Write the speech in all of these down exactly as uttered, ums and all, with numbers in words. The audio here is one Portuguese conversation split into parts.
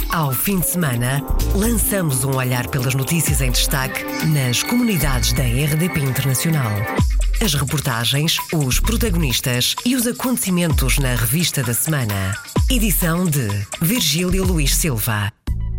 Ao fim de semana, lançamos um olhar pelas notícias em destaque nas comunidades da R D P Internacional. As reportagens, os protagonistas e os acontecimentos na revista da semana. Edição de Virgílio Luís Silva.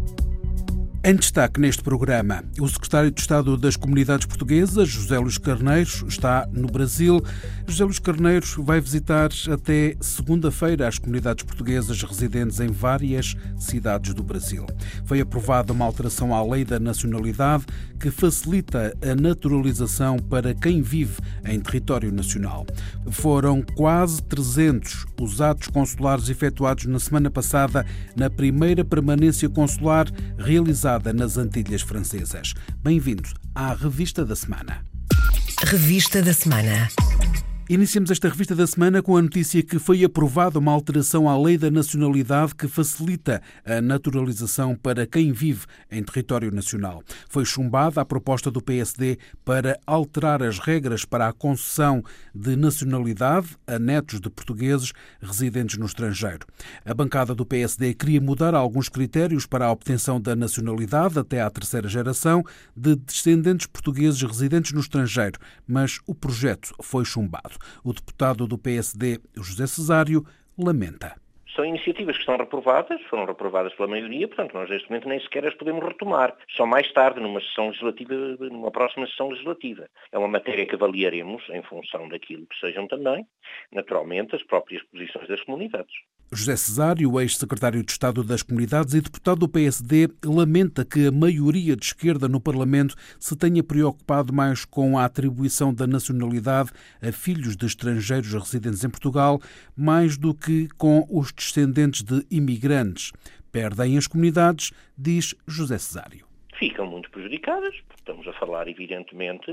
Em destaque neste programa, o secretário de Estado das Comunidades Portuguesas, José Luís Carneiro, está no Brasil. José Luís Carneiro vai visitar até segunda-feira as comunidades portuguesas residentes em várias cidades do Brasil. Foi aprovada uma alteração à Lei da Nacionalidade que facilita a naturalização para quem vive em território nacional. Foram quase trezentos os atos consulares efetuados na semana passada na primeira permanência consular realizada nas Antilhas Francesas. Bem-vindo à Revista da Semana. Revista da Semana. Iniciamos esta Revista da Semana com a notícia que foi aprovada uma alteração à Lei da Nacionalidade que facilita a naturalização para quem vive em território nacional. Foi chumbada a proposta do P S D para alterar as regras para a concessão de nacionalidade a netos de portugueses residentes no estrangeiro. A bancada do P S D queria mudar alguns critérios para a obtenção da nacionalidade até à terceira geração de descendentes portugueses residentes no estrangeiro, mas o projeto foi chumbado. O deputado do P S D, José Cesário, lamenta. São iniciativas que estão reprovadas, foram reprovadas pela maioria, portanto nós neste momento nem sequer as podemos retomar. Só mais tarde, numa sessão legislativa, numa próxima sessão legislativa. É uma matéria que avaliaremos em função daquilo que sejam também, naturalmente, as próprias posições das comunidades. José Cesário, ex-secretário de Estado das Comunidades e deputado do P S D, lamenta que a maioria de esquerda no Parlamento se tenha preocupado mais com a atribuição da nacionalidade a filhos de estrangeiros residentes em Portugal, mais do que com os descendentes de imigrantes. Perdem as comunidades, diz José Cesário. Ficam muito prejudicadas, porque estamos a falar, evidentemente,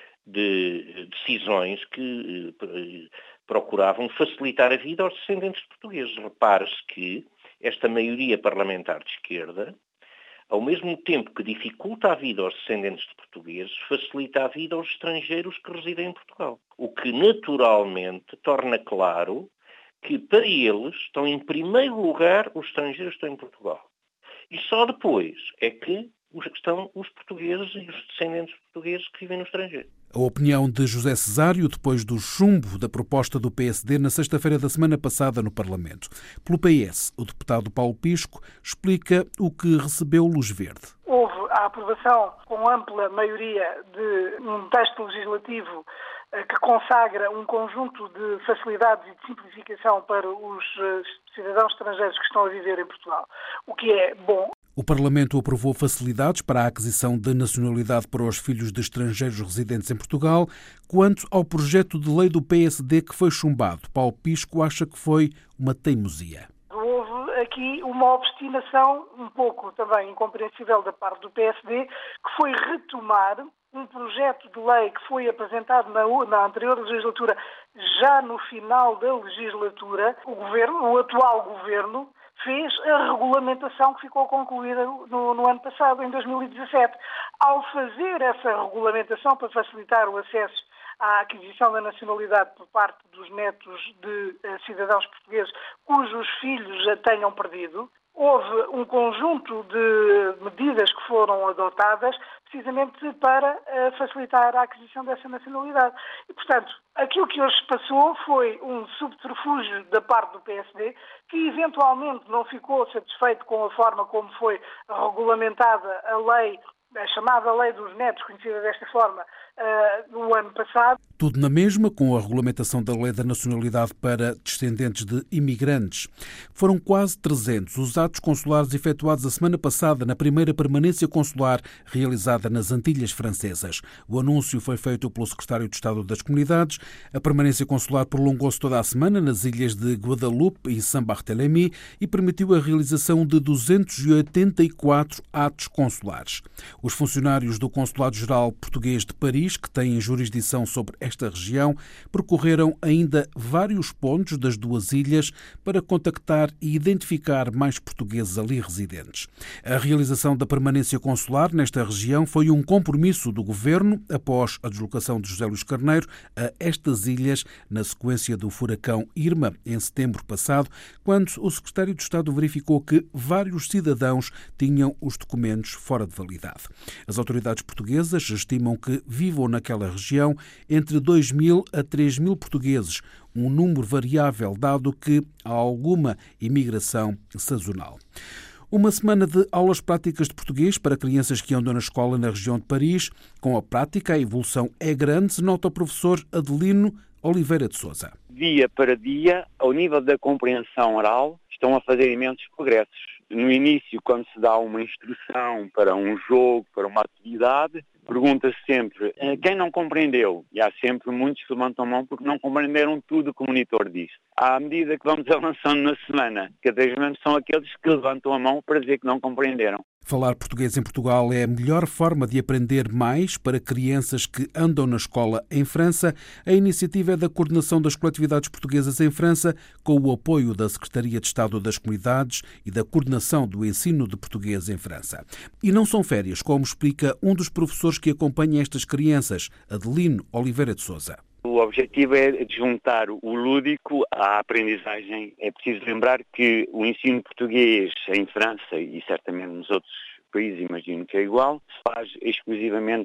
de decisões que procuravam facilitar a vida aos descendentes portugueses. Repare-se que esta maioria parlamentar de esquerda, ao mesmo tempo que dificulta a vida aos descendentes de portugueses, facilita a vida aos estrangeiros que residem em Portugal. O que naturalmente torna claro que para eles estão em primeiro lugar os estrangeiros que estão em Portugal. E só depois é que estão os portugueses e os descendentes portugueses que vivem no estrangeiro. A opinião de José Cesário depois do chumbo da proposta do P S D na sexta-feira da semana passada no Parlamento. Pelo P S, o deputado Paulo Pisco explica o que recebeu luz verde. Houve a aprovação com ampla maioria de um texto legislativo que consagra um conjunto de facilidades e de simplificação para os cidadãos estrangeiros que estão a viver em Portugal, o que é bom. O Parlamento aprovou facilidades para a aquisição de nacionalidade para os filhos de estrangeiros residentes em Portugal. Quanto ao projeto de lei do P S D que foi chumbado, Paulo Pisco acha que foi uma teimosia. Houve aqui uma obstinação um pouco também incompreensível da parte do P S D, que foi retomar um projeto de lei que foi apresentado na, na anterior legislatura, já no final da legislatura. O governo, o atual governo, fez a regulamentação que ficou concluída no, no ano passado, em dois mil e dezassete. Ao fazer essa regulamentação para facilitar o acesso à aquisição da nacionalidade por parte dos netos de uh, cidadãos portugueses cujos filhos a tenham perdido, houve um conjunto de medidas que foram adotadas precisamente para uh, facilitar a aquisição dessa nacionalidade. E, portanto, aquilo que hoje se passou foi um subterfúgio da parte do P S D, que eventualmente não ficou satisfeito com a forma como foi regulamentada a lei, a chamada Lei dos Netos, conhecida desta forma, uh, no ano passado. Tudo na mesma, com a regulamentação da Lei da Nacionalidade para descendentes de imigrantes. Foram quase trezentos os atos consulares efetuados a semana passada na primeira permanência consular realizada nas Antilhas Francesas. O anúncio foi feito pelo secretário de Estado das Comunidades. A permanência consular prolongou-se toda a semana nas ilhas de Guadalupe e Saint-Barthélemy e permitiu a realização de duzentos e oitenta e quatro atos consulares. Os funcionários do Consulado-Geral Português de Paris, que têm jurisdição sobre esta região, percorreram ainda vários pontos das duas ilhas para contactar e identificar mais portugueses ali residentes. A realização da permanência consular nesta região foi um compromisso do Governo após a deslocação de José Luís Carneiro a estas ilhas na sequência do furacão Irma, em setembro passado, quando o secretário de Estado verificou que vários cidadãos tinham os documentos fora de validade. As autoridades portuguesas estimam que vivam naquela região entre dois mil a três mil portugueses, um número variável dado que há alguma imigração sazonal. Uma semana de aulas práticas de português para crianças que andam na escola na região de Paris. Com a prática, a evolução é grande, se nota o professor Adelino Oliveira de Sousa. Dia para dia, ao nível da compreensão oral, estão a fazer imensos progressos. No início, quando se dá uma instrução para um jogo, para uma atividade, pergunta-se sempre quem não compreendeu. E há sempre muitos que levantam a mão porque não compreenderam tudo que o monitor diz. À medida que vamos avançando na semana, cada vez menos são aqueles que levantam a mão para dizer que não compreenderam. Falar português em Portugal é a melhor forma de aprender mais para crianças que andam na escola em França. A iniciativa é da Coordenação das Coletividades Portuguesas em França, com o apoio da Secretaria de Estado das Comunidades e da Coordenação do Ensino de Português em França. E não são férias, como explica um dos professores que acompanha estas crianças, Adelino Oliveira de Sousa. O objetivo é juntar o lúdico à aprendizagem. É preciso lembrar que o ensino português em França e certamente nos outros países, imagino que é igual, se faz exclusivamente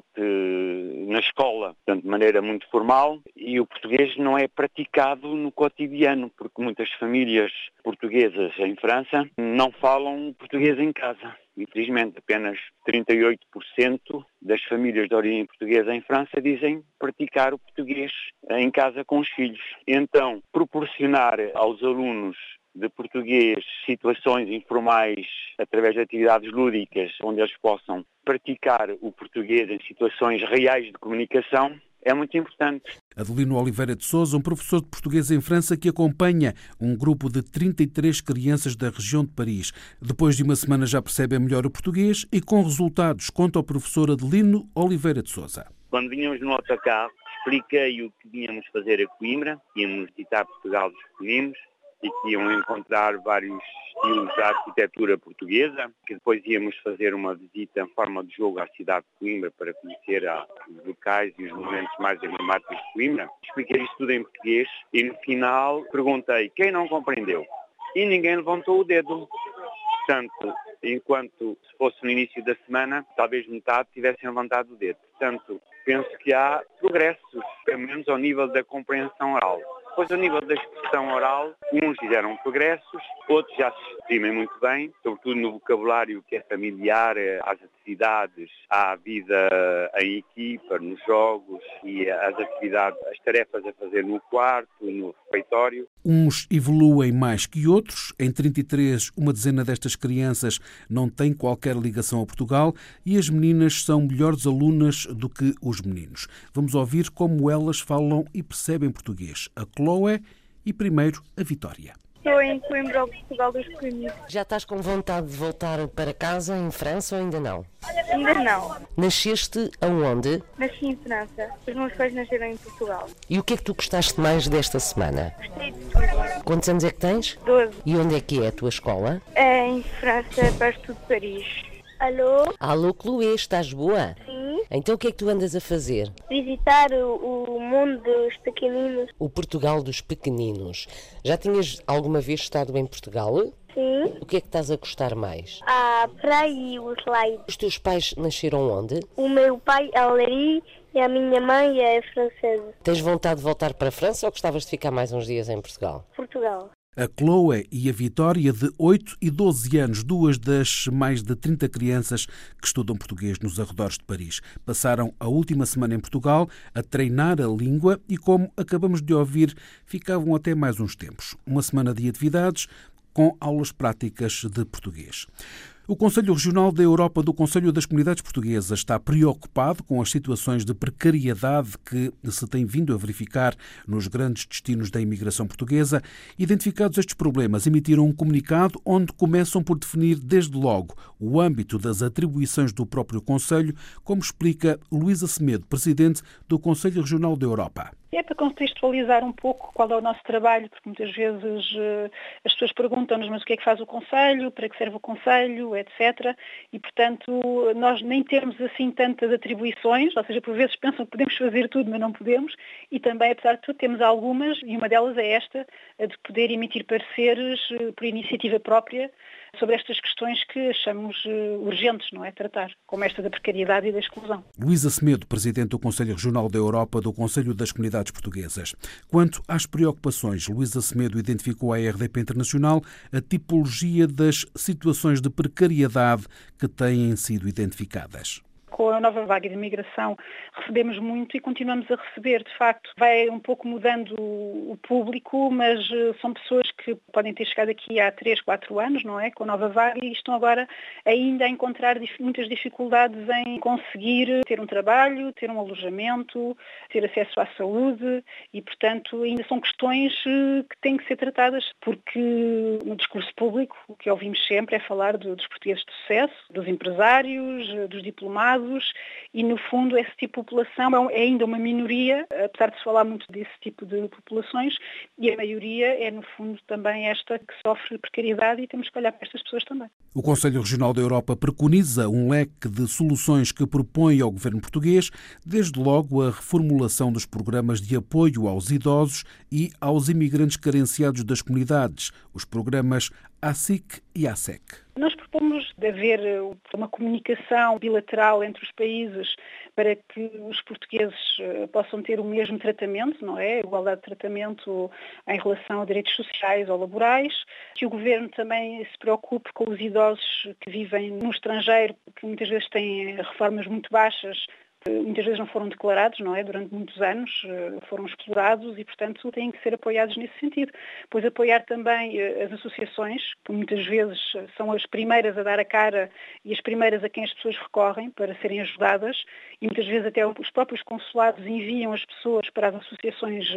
na escola, portanto de maneira muito formal, e o português não é praticado no cotidiano, porque muitas famílias portuguesas em França não falam português em casa. Infelizmente, apenas trinta e oito por cento das famílias de origem portuguesa em França dizem praticar o português em casa com os filhos. Então, proporcionar aos alunos de português situações informais através de atividades lúdicas onde eles possam praticar o português em situações reais de comunicação é muito importante. Adelino Oliveira de Sousa, um professor de português em França que acompanha um grupo de trinta e três crianças da região de Paris. Depois de uma semana já percebem melhor o português e com resultados, conta o professor Adelino Oliveira de Sousa. Quando vinhamos no autocarro, expliquei o que vínhamos fazer a Coimbra, íamos visitar Portugal dos pequeninos e que iam encontrar vários estilos da arquitetura portuguesa, que depois íamos fazer uma visita em forma de jogo à cidade de Coimbra para conhecer os locais e os momentos mais emblemáticos de Coimbra. Expliquei isto tudo em português e no final perguntei quem não compreendeu e ninguém levantou o dedo. Portanto, enquanto se fosse no início da semana, talvez metade tivessem levantado o dedo. Portanto, penso que há progressos, pelo menos ao nível da compreensão oral. Depois, ao nível da expressão oral, uns fizeram progressos, outros já se exprimem muito bem, sobretudo no vocabulário que é familiar às atividades, à vida em equipa, nos jogos e às atividades, as tarefas a fazer no quarto, no refeitório. Uns evoluem mais que outros. Em trinta e três, uma dezena destas crianças não tem qualquer ligação a Portugal e as meninas são melhores alunas do que os meninos. Vamos ouvir como elas falam e percebem português. A Chloe e primeiro a Vitória. Estou em Coimbra, ao Portugal dos Pequeninos. Já estás com vontade de voltar para casa em França ou ainda não? Ainda não. Nasceste aonde? Nasci em França. Os meus pais nasceram em Portugal. E o que é que tu gostaste mais desta semana? Gostei de tudo. Quantos anos é que tens? doze. E onde é que é a tua escola? É em França, perto de Paris. Alô? Alô, Chloé, estás boa? Sim. Então o que é que tu andas a fazer? Visitar o, o mundo dos pequeninos. O Portugal dos pequeninos. Já tinhas alguma vez estado em Portugal? Sim. O que é que estás a gostar mais? A praia e o slide. Os teus pais nasceram onde? O meu pai é Alari e a minha mãe é francesa. Tens vontade de voltar para a França ou gostavas de ficar mais uns dias em Portugal? Portugal. A Chloe e a Vitória, de oito e doze anos, duas das mais de trinta crianças que estudam português nos arredores de Paris. Passaram a última semana em Portugal a treinar a língua e, como acabamos de ouvir, ficavam até mais uns tempos. Uma semana de atividades, com aulas práticas de português. O Conselho Regional da Europa do Conselho das Comunidades Portuguesas está preocupado com as situações de precariedade que se tem vindo a verificar nos grandes destinos da imigração portuguesa. Identificados estes problemas, emitiram um comunicado onde começam por definir desde logo o âmbito das atribuições do próprio Conselho, como explica Luísa Semedo, presidente do Conselho Regional da Europa. É para contextualizar um pouco qual é o nosso trabalho, porque muitas vezes uh, as pessoas perguntam-nos mas o que é que faz o Conselho, para que serve o Conselho, etcétera. E, portanto, nós nem temos assim tantas atribuições, ou seja, por vezes pensam que podemos fazer tudo, mas não podemos, e também, apesar de tudo, temos algumas, e uma delas é esta, a de poder emitir pareceres uh, por iniciativa própria sobre estas questões que achamos uh, urgentes, não é, tratar, como esta da precariedade e da exclusão. Luísa Semedo, presidente do Conselho Regional da Europa do Conselho das Comunidades Portuguesas. Quanto às preocupações, Luísa Semedo identificou à R D P Internacional a tipologia das situações de precariedade que têm sido identificadas. Com a nova vaga de imigração recebemos muito e continuamos a receber, de facto. Vai um pouco mudando o público, mas são pessoas que podem ter chegado aqui há três, quatro anos, não é? Com a nova vaga e estão agora ainda a encontrar muitas dificuldades em conseguir ter um trabalho, ter um alojamento, ter acesso à saúde e, portanto, ainda são questões que têm que ser tratadas porque no discurso público o que ouvimos sempre é falar dos portugueses de sucesso, dos empresários, dos diplomados, e, no fundo, esse tipo de população é ainda uma minoria, apesar de se falar muito desse tipo de populações, e a maioria é, no fundo, também esta que sofre precariedade e temos que olhar para estas pessoas também. O Conselho Regional da Europa preconiza um leque de soluções que propõe ao governo português, desde logo a reformulação dos programas de apoio aos idosos e aos imigrantes carenciados das comunidades, os programas A S I C e A S E C. Nós propomos de haver uma comunicação bilateral entre os países para que os portugueses possam ter o mesmo tratamento, não é? Igualdade de tratamento em relação a direitos sociais ou laborais, que o governo também se preocupe com os idosos que vivem no estrangeiro, que muitas vezes têm reformas muito baixas, muitas vezes não foram declarados, não é? Durante muitos anos foram explorados e, portanto, têm que ser apoiados nesse sentido. Pois apoiar também as associações, que muitas vezes são as primeiras a dar a cara e as primeiras a quem as pessoas recorrem para serem ajudadas e muitas vezes até os próprios consulados enviam as pessoas para as associações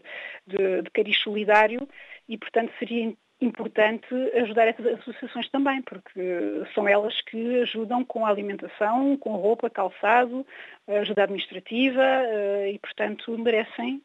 de, de cariz solidário e, portanto, seria importante ajudar essas associações também, porque são elas que ajudam com a alimentação, com roupa, calçado, ajuda administrativa e, portanto, merecem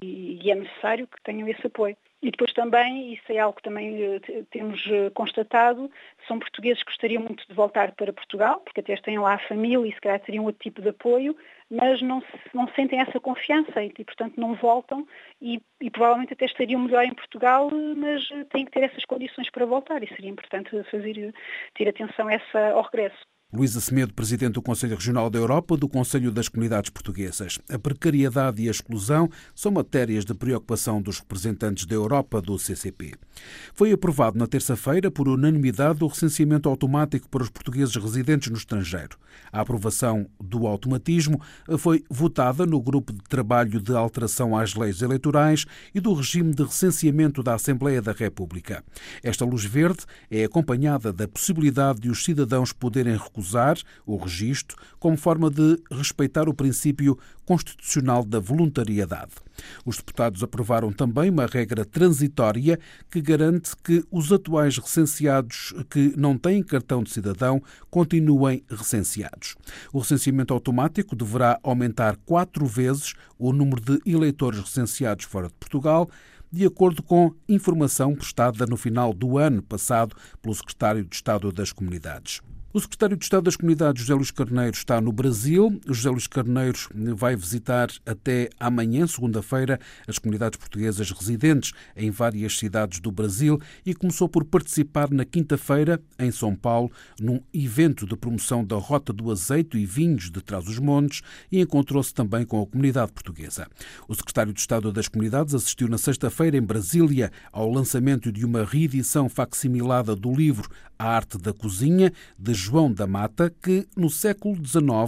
e é necessário que tenham esse apoio. E depois também, isso é algo que também temos constatado, são portugueses que gostariam muito de voltar para Portugal, porque até têm lá a família e se calhar teriam outro tipo de apoio, mas não, não sentem essa confiança e, portanto, não voltam e, e provavelmente até estariam melhor em Portugal, mas têm que ter essas condições para voltar e seria importante fazer, ter atenção a essa, ao regresso. Luísa Semedo, presidente do Conselho Regional da Europa do Conselho das Comunidades Portuguesas. A precariedade e a exclusão são matérias de preocupação dos representantes da Europa do C C P. Foi aprovado na terça-feira por unanimidade o recenseamento automático para os portugueses residentes no estrangeiro. A aprovação do automatismo foi votada no grupo de trabalho de alteração às leis eleitorais e do regime de recenseamento da Assembleia da República. Esta luz verde é acompanhada da possibilidade de os cidadãos poderem recusar o registro como forma de respeitar o princípio constitucional da voluntariedade. Os deputados aprovaram também uma regra transitória que garante que os atuais recenseados que não têm cartão de cidadão continuem recenseados. O recenseamento automático deverá aumentar quatro vezes o número de eleitores recenseados fora de Portugal, de acordo com informação prestada no final do ano passado pelo Secretário de Estado das Comunidades. O secretário de Estado das Comunidades, José Luís Carneiro, está no Brasil. O José Luís Carneiro vai visitar até amanhã, segunda-feira, as comunidades portuguesas residentes em várias cidades do Brasil e começou por participar na quinta-feira, em São Paulo, num evento de promoção da Rota do Azeite e Vinhos de Trás-os-Montes e encontrou-se também com a comunidade portuguesa. O secretário de Estado das Comunidades assistiu na sexta-feira em Brasília ao lançamento de uma reedição facsimilada do livro A Arte da Cozinha, de João da Mata, que no século dezenove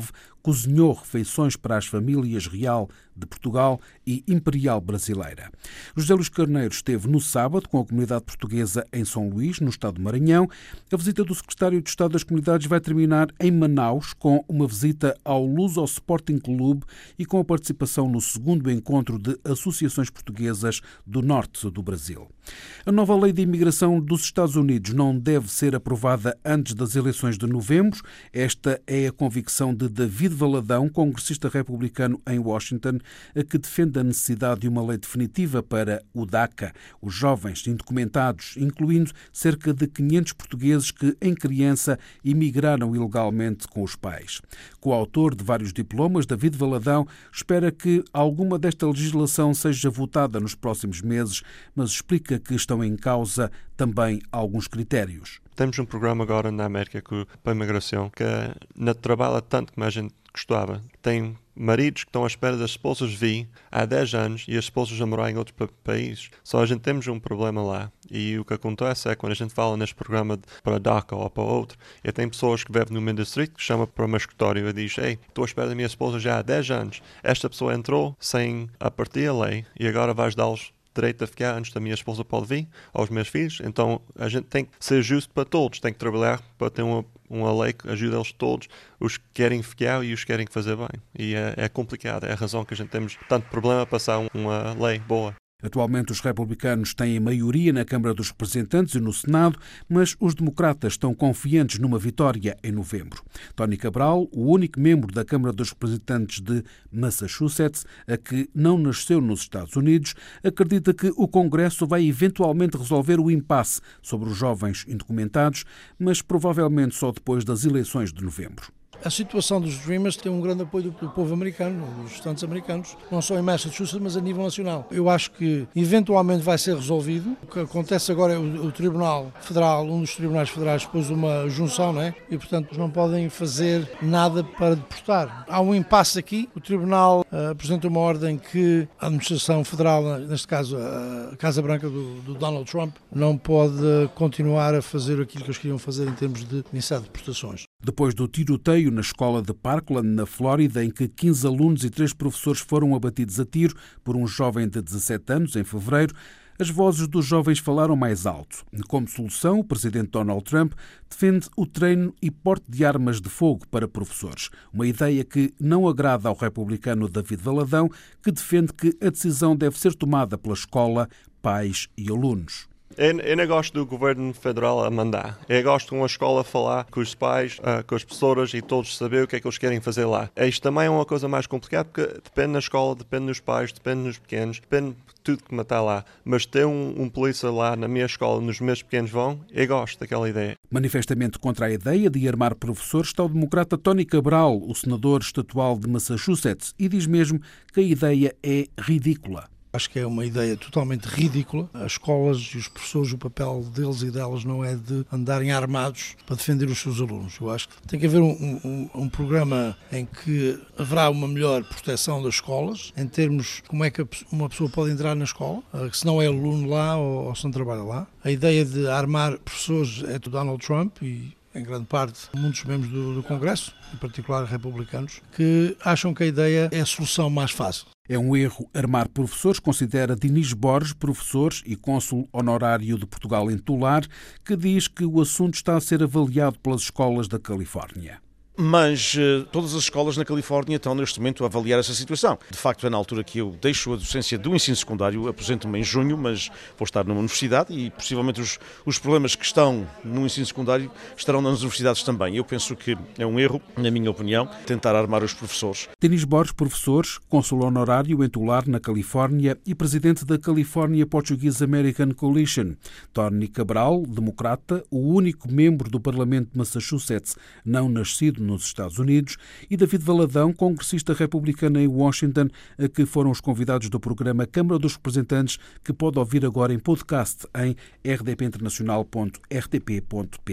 cozinhou refeições para as famílias real de Portugal e imperial brasileira. José Luís Carneiro esteve no sábado com a comunidade portuguesa em São Luís, no estado do Maranhão. A visita do secretário de Estado das Comunidades vai terminar em Manaus, com uma visita ao Luso Sporting Clube e com a participação no segundo encontro de associações portuguesas do norte do Brasil. A nova lei de imigração dos Estados Unidos não deve ser aprovada antes das eleições de novembro. Esta é a convicção de David Valadão, congressista republicano em Washington, que defende a necessidade de uma lei definitiva para o DACA, os jovens indocumentados, incluindo cerca de quinhentos portugueses que, em criança, imigraram ilegalmente com os pais. Coautor de vários diplomas, David Valadão espera que alguma desta legislação seja votada nos próximos meses, mas explica que estão em causa também alguns critérios. Temos um programa agora na América para a imigração que não trabalha tanto como a gente gostava. Tem maridos que estão à espera das esposas vir há dez anos e as esposas a morar em outros países. Só a gente temos um problema lá. E o que acontece é, quando a gente fala neste programa para DACA ou para outro, e tem pessoas que vivem no meu distrito que chamam para o meu escritório e dizem: ei, estou à espera da minha esposa já há dez anos. Esta pessoa entrou sem a partir a lei e agora vais dar-los direito a ficar antes da minha esposa pode vir, aos meus filhos. Então a gente tem que ser justo para todos, tem que trabalhar para ter uma, uma lei que ajude eles todos, os que querem ficar e os que querem fazer bem. E é, é complicado, é a razão que a gente temos tanto problema a passar uma lei boa. Atualmente, os republicanos têm maioria na Câmara dos Representantes e no Senado, mas os democratas estão confiantes numa vitória em novembro. Tony Cabral, o único membro da Câmara dos Representantes de Massachusetts, a que não nasceu nos Estados Unidos, acredita que o Congresso vai eventualmente resolver o impasse sobre os jovens indocumentados, mas provavelmente só depois das eleições de novembro. A situação dos Dreamers tem um grande apoio do povo americano, dos estudantes americanos, não só em Massachusetts, mas a nível nacional. Eu acho que eventualmente vai ser resolvido. O que acontece agora é o, o Tribunal Federal, um dos tribunais federais, pôs uma junção, não é? E, portanto, não podem fazer nada para deportar. Há um impasse aqui. O Tribunal uh, apresenta uma ordem que a Administração Federal, neste caso a Casa Branca do, do Donald Trump, não pode continuar a fazer aquilo que eles queriam fazer em termos de iniciar deportações. Depois do tiroteio na escola de Parkland, na Flórida, em que quinze alunos e três professores foram abatidos a tiro por um jovem de dezassete anos, em fevereiro, as vozes dos jovens falaram mais alto. Como solução, o presidente Donald Trump defende o treino e porte de armas de fogo para professores, uma ideia que não agrada ao republicano David Valadão, que defende que a decisão deve ser tomada pela escola, pais e alunos. Eu, eu não gosto do governo federal a mandar. Eu gosto de uma escola falar com os pais, uh, com as professoras e todos saber o que é que eles querem fazer lá. Isto também é uma coisa mais complicada porque depende da escola, depende dos pais, depende dos pequenos, depende de tudo que está lá. Mas ter um, um polícia lá na minha escola, nos meus pequenos vão, eu gosto daquela ideia. Manifestamente contra a ideia de armar professores está o democrata Tony Cabral, o senador estatual de Massachusetts, e diz mesmo que a ideia é ridícula. Acho que é uma ideia totalmente ridícula. As escolas e os professores, o papel deles e delas não é de andarem armados para defender os seus alunos. Eu acho que tem que haver um, um, um programa em que haverá uma melhor proteção das escolas, em termos de como é que uma pessoa pode entrar na escola, se não é aluno lá ou, ou se não trabalha lá. A ideia de armar professores é do Donald Trump e, em grande parte, muitos membros do, do Congresso, em particular republicanos, que acham que a ideia é a solução mais fácil. É um erro armar professores, considera Dinis Borges, professor e cônsul honorário de Portugal em Tular, que diz que o assunto está a ser avaliado pelas escolas da Califórnia. Mas uh, todas as escolas na Califórnia estão neste momento a avaliar essa situação. De facto, é na altura que eu deixo a docência do ensino secundário, aposento-me em junho, mas vou estar numa universidade e possivelmente os, os problemas que estão no ensino secundário estarão nas universidades também. Eu penso que é um erro, na minha opinião, tentar armar os professores. Dinis Borges, professor, cônsul honorário em Tular, na Califórnia, e presidente da California Portuguese American Coalition. Tony Cabral, democrata, o único membro do Parlamento de Massachusetts não nascido nos Estados Unidos, e David Valadão, congressista republicano em Washington, a que foram os convidados do programa Câmara dos Representantes, que pode ouvir agora em podcast em r d p internacional ponto r t p ponto p t.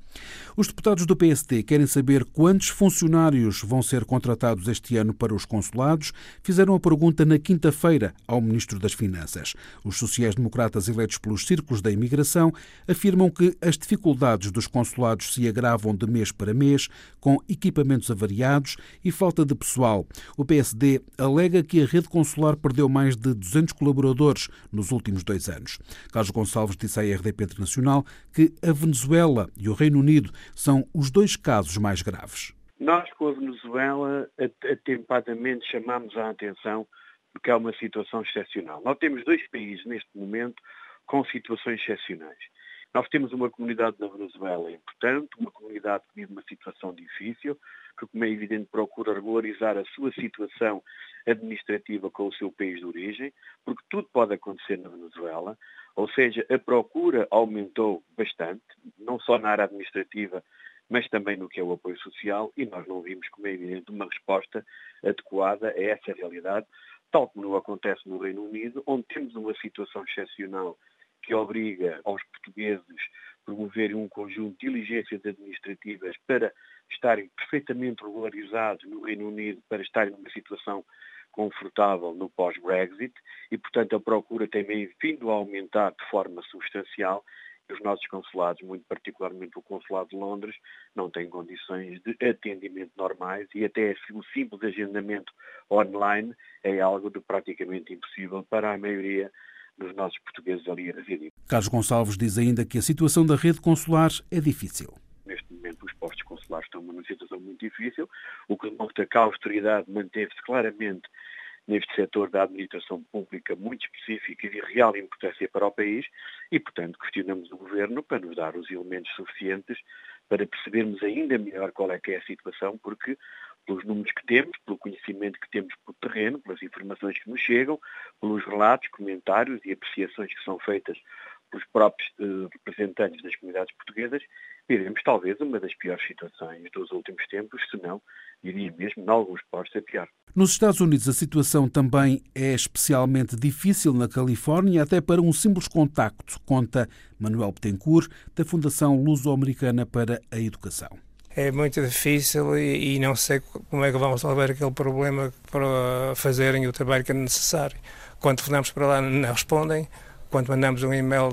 Os deputados do P S D querem saber quantos funcionários vão ser contratados este ano para os consulados. Fizeram a pergunta na quinta-feira ao Ministro das Finanças. Os sociais-democratas eleitos pelos círculos da imigração afirmam que as dificuldades dos consulados se agravam de mês para mês, com equipamentos avariados e falta de pessoal. O P S D alega que a rede consular perdeu mais de duzentos colaboradores nos últimos dois anos. Carlos Gonçalves disse à R D P Internacional que a Venezuela e o Reino Unido são os dois casos mais graves. Nós, com a Venezuela, atempadamente chamamos a atenção porque é uma situação excepcional. Nós temos dois países, neste momento, com situações excepcionais. Nós temos uma comunidade na Venezuela importante, uma comunidade que vive uma situação difícil, que, como é evidente, procura regularizar a sua situação administrativa com o seu país de origem, porque tudo pode acontecer na Venezuela, ou seja, a procura aumentou bastante, não só na área administrativa, mas também no que é o apoio social, e nós não vimos, como é evidente, uma resposta adequada a essa realidade, tal como não acontece no Reino Unido, onde temos uma situação excepcional que obriga aos portugueses a promoverem um conjunto de diligências administrativas para estarem perfeitamente regularizados no Reino Unido, para estarem numa situação confortável no pós-Brexit, e, portanto, a procura tem vindo a aumentar de forma substancial. Os nossos consulados, muito particularmente o Consulado de Londres, não têm condições de atendimento normais e até o simples agendamento online é algo de praticamente impossível para a maioria dos nossos portugueses ali a residir. Carlos Gonçalves diz ainda que a situação da rede consular é difícil. Neste momento os postos consulares estão numa situação muito difícil, o que demonstra que a austeridade manteve-se claramente neste setor da administração pública muito específico e de real importância para o país e, portanto, questionamos o Governo para nos dar os elementos suficientes para percebermos ainda melhor qual é que é a situação, porque pelos números que temos, pelo conhecimento que temos por terreno, pelas informações que nos chegam, pelos relatos, comentários e apreciações que são feitas pelos próprios uh, representantes das comunidades portuguesas, vivemos talvez uma das piores situações dos últimos tempos, se não, diria mesmo, em alguns postos é pior. Nos Estados Unidos a situação também é especialmente difícil na Califórnia, até para um simples contacto, conta Manuel Betancourt, da Fundação Luso-Americana para a Educação. É muito difícil e, e não sei como é que vão resolver aquele problema para fazerem o trabalho que é necessário. Quando telefonamos para lá não respondem, quando mandamos um e-mail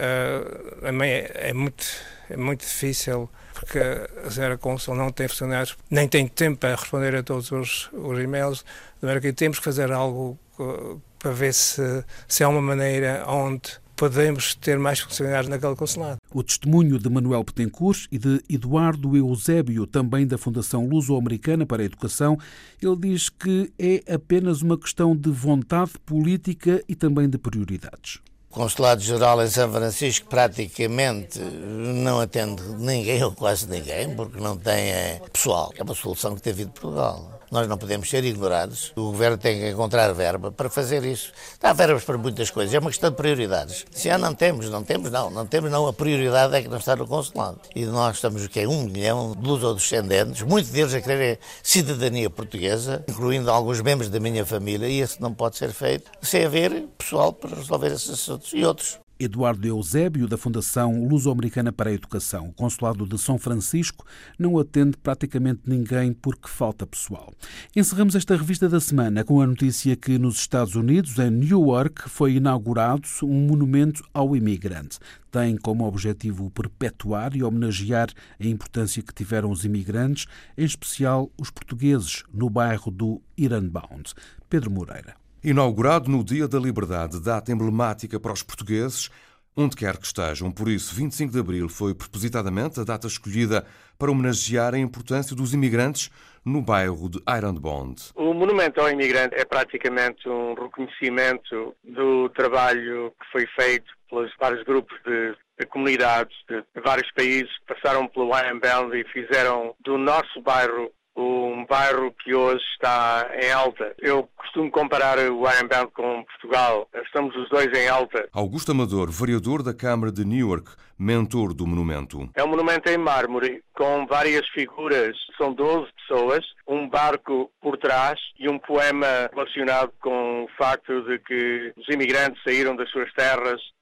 é, é, é, muito, é muito difícil, porque a senhora Cônsul não tem funcionários, nem tem tempo para responder a todos os, os e-mails, de maneira que temos que fazer algo para ver se, se há uma maneira onde podemos ter mais funcionários naquele consulado. O testemunho de Manuel Betancourt e de Eduardo Eusébio, também da Fundação Luso-Americana para a Educação, ele diz que é apenas uma questão de vontade política e também de prioridades. O Consulado-Geral em São Francisco praticamente não atende ninguém ou quase ninguém, porque não tem pessoal. É uma solução que teve de Portugal. Nós não podemos ser ignorados. O Governo tem que encontrar verba para fazer isso. Há verbas para muitas coisas, é uma questão de prioridades. Se já não temos, não temos não, não temos não, a prioridade é que não está no consulado. E nós estamos o quê? Um milhão de luso-descendentes, muitos deles a quererem cidadania portuguesa, incluindo alguns membros da minha família, e isso não pode ser feito sem haver pessoal para resolver esses assuntos e outros. Eduardo Eusébio, da Fundação Luso-Americana para a Educação. O Consulado de São Francisco não atende praticamente ninguém porque falta pessoal. Encerramos esta revista da semana com a notícia que nos Estados Unidos, em Newark, foi inaugurado um monumento ao imigrante. Tem como objetivo perpetuar e homenagear a importância que tiveram os imigrantes, em especial os portugueses, no bairro do Ironbound. Pedro Moreira. Inaugurado no Dia da Liberdade, data emblemática para os portugueses, onde quer que estejam. Por isso, vinte e cinco de abril foi propositadamente a data escolhida para homenagear a importância dos imigrantes no bairro de Ironbound. O Monumento ao Imigrante é praticamente um reconhecimento do trabalho que foi feito pelos vários grupos de, de comunidades de, de vários países que passaram pelo Ironbound e fizeram do nosso bairro um bairro que hoje está em alta. Eu costumo comparar o Ironbound com Portugal. Estamos os dois em alta. Augusto Amador, vereador da Câmara de Newark, mentor do monumento. É um monumento em mármore com várias figuras. São doze pessoas, um barco por trás e um poema relacionado com o facto de que os imigrantes saíram das suas terras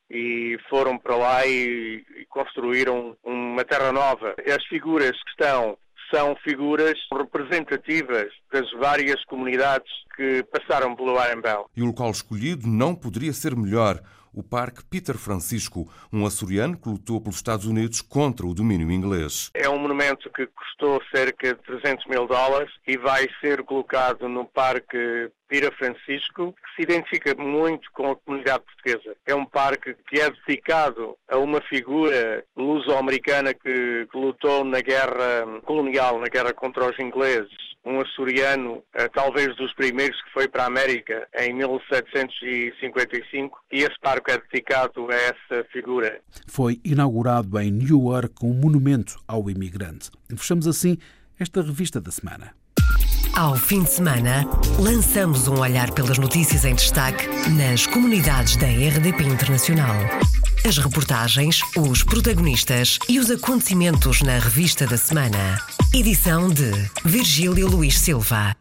e foram para lá e, e construíram uma terra nova. As figuras que estão são figuras representativas das várias comunidades que passaram pelo Iron Bell. E o local escolhido não poderia ser melhor. O Parque Peter Francisco, um açoriano que lutou pelos Estados Unidos contra o domínio inglês. É um monumento que custou cerca de trezentos mil dólares e vai ser colocado no Parque Peter Francisco, que se identifica muito com a comunidade portuguesa. É um parque que é dedicado a uma figura luso-americana que, que lutou na guerra colonial, na guerra contra os ingleses. Um açoriano, talvez dos primeiros que foi para a América em mil setecentos e cinquenta e cinco, e esse parque é dedicado a essa figura. Foi inaugurado em Newark um monumento ao imigrante. Fechamos assim esta revista da semana. Ao fim de semana, lançamos um olhar pelas notícias em destaque nas comunidades da R D P Internacional. As reportagens, os protagonistas e os acontecimentos na revista da semana. Edição de Virgílio Luís Silva.